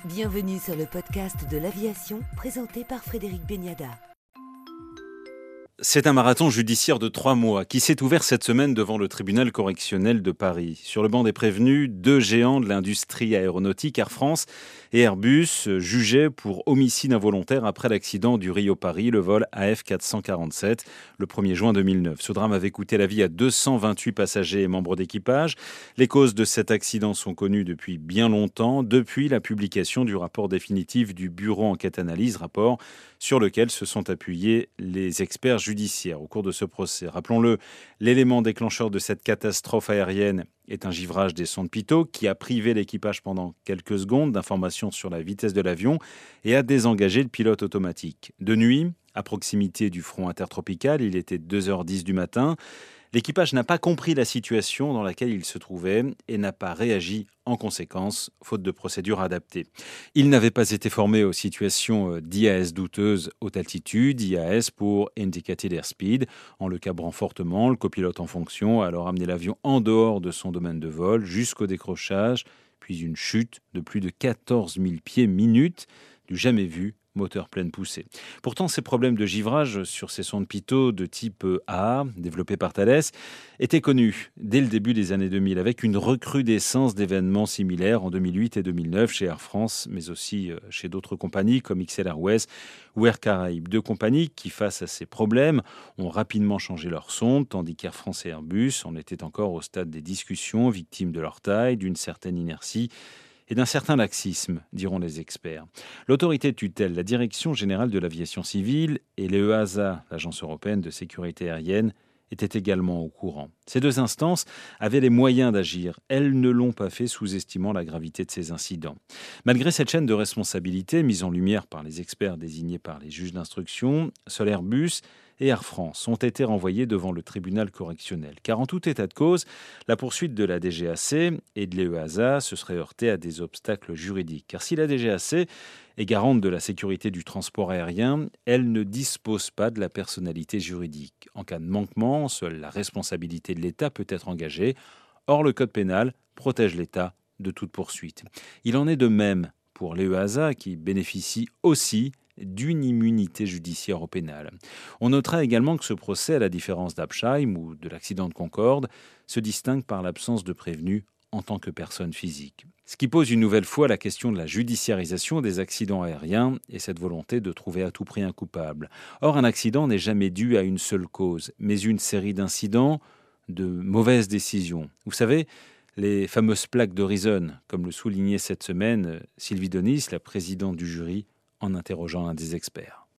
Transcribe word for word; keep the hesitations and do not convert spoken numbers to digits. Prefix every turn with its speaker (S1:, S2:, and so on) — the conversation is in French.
S1: Bienvenue sur le podcast de l'aviation présenté par Frédéric Beniada.
S2: C'est un marathon judiciaire de trois mois qui s'est ouvert cette semaine devant le tribunal correctionnel de Paris. Sur le banc des prévenus, deux géants de l'industrie aéronautique, Air France et Airbus, jugés pour homicide involontaire après l'accident du Rio-Paris, le vol A F quatre cent quarante-sept, le premier juin deux mille neuf. Ce drame avait coûté la vie à deux cent vingt-huit passagers et membres d'équipage. Les causes de cet accident sont connues depuis bien longtemps, depuis la publication du rapport définitif du Bureau Enquête-Analyse, rapport sur lequel se sont appuyés les experts judiciaires au cours de ce procès. Rappelons-le, l'élément déclencheur de cette catastrophe aérienne est un givrage des sondes pitot qui a privé l'équipage pendant quelques secondes d'informations sur la vitesse de l'avion et a désengagé le pilote automatique. De nuit, à proximité du front intertropical, il était deux heures dix du matin. L'équipage n'a pas compris la situation dans laquelle il se trouvait et n'a pas réagi en conséquence, faute de procédures adaptées. Il n'avait pas été formé aux situations d'I A S douteuses haute altitude, I A S pour Indicated Airspeed. En le cabrant fortement, le copilote en fonction a alors amené l'avion en dehors de son domaine de vol jusqu'au décrochage, puis une chute de plus de quatorze mille pieds minute, du jamais vu, moteur pleine poussée. Pourtant, ces problèmes de givrage sur ces sondes pitot de type A, développés par Thales, étaient connus dès le début des années deux mille, avec une recrudescence d'événements similaires en deux mille huit et deux mille neuf chez Air France, mais aussi chez d'autres compagnies comme X L Airways ou Air Caraïbes. Deux compagnies qui, face à ces problèmes, ont rapidement changé leurs sondes, tandis qu'Air France et Airbus en étaient encore au stade des discussions, victimes de leur taille, d'une certaine inertie et d'un certain laxisme, diront les experts. L'autorité de tutelle, la Direction générale de l'aviation civile et l'E A S A, l'Agence européenne de sécurité aérienne, étaient également au courant. Ces deux instances avaient les moyens d'agir. Elles ne l'ont pas fait, sous-estimant la gravité de ces incidents. Malgré cette chaîne de responsabilité mise en lumière par les experts désignés par les juges d'instruction, seuls Airbus et Air France ont été renvoyés devant le tribunal correctionnel. Car en tout état de cause, la poursuite de la D G A C et de l'E A S A se serait heurtée à des obstacles juridiques. Car si la D G A C est garante de la sécurité du transport aérien, elle ne dispose pas de la personnalité juridique. En cas de manquement, seule la responsabilité de l'État peut être engagée. Or, le code pénal protège l'État de toute poursuite. Il en est de même pour l'E A S A qui bénéficie aussi d'une immunité judiciaire au pénal. On notera également que ce procès, à la différence d'Absheim ou de l'accident de Concorde, se distingue par l'absence de prévenu en tant que personne physique. Ce qui pose une nouvelle fois la question de la judiciarisation des accidents aériens et cette volonté de trouver à tout prix un coupable. Or, un accident n'est jamais dû à une seule cause, mais une série d'incidents, de mauvaises décisions. Vous savez, les fameuses plaques d'Horizon, comme le soulignait cette semaine Sylvie Denis, la présidente du jury, en interrogeant l'un des experts.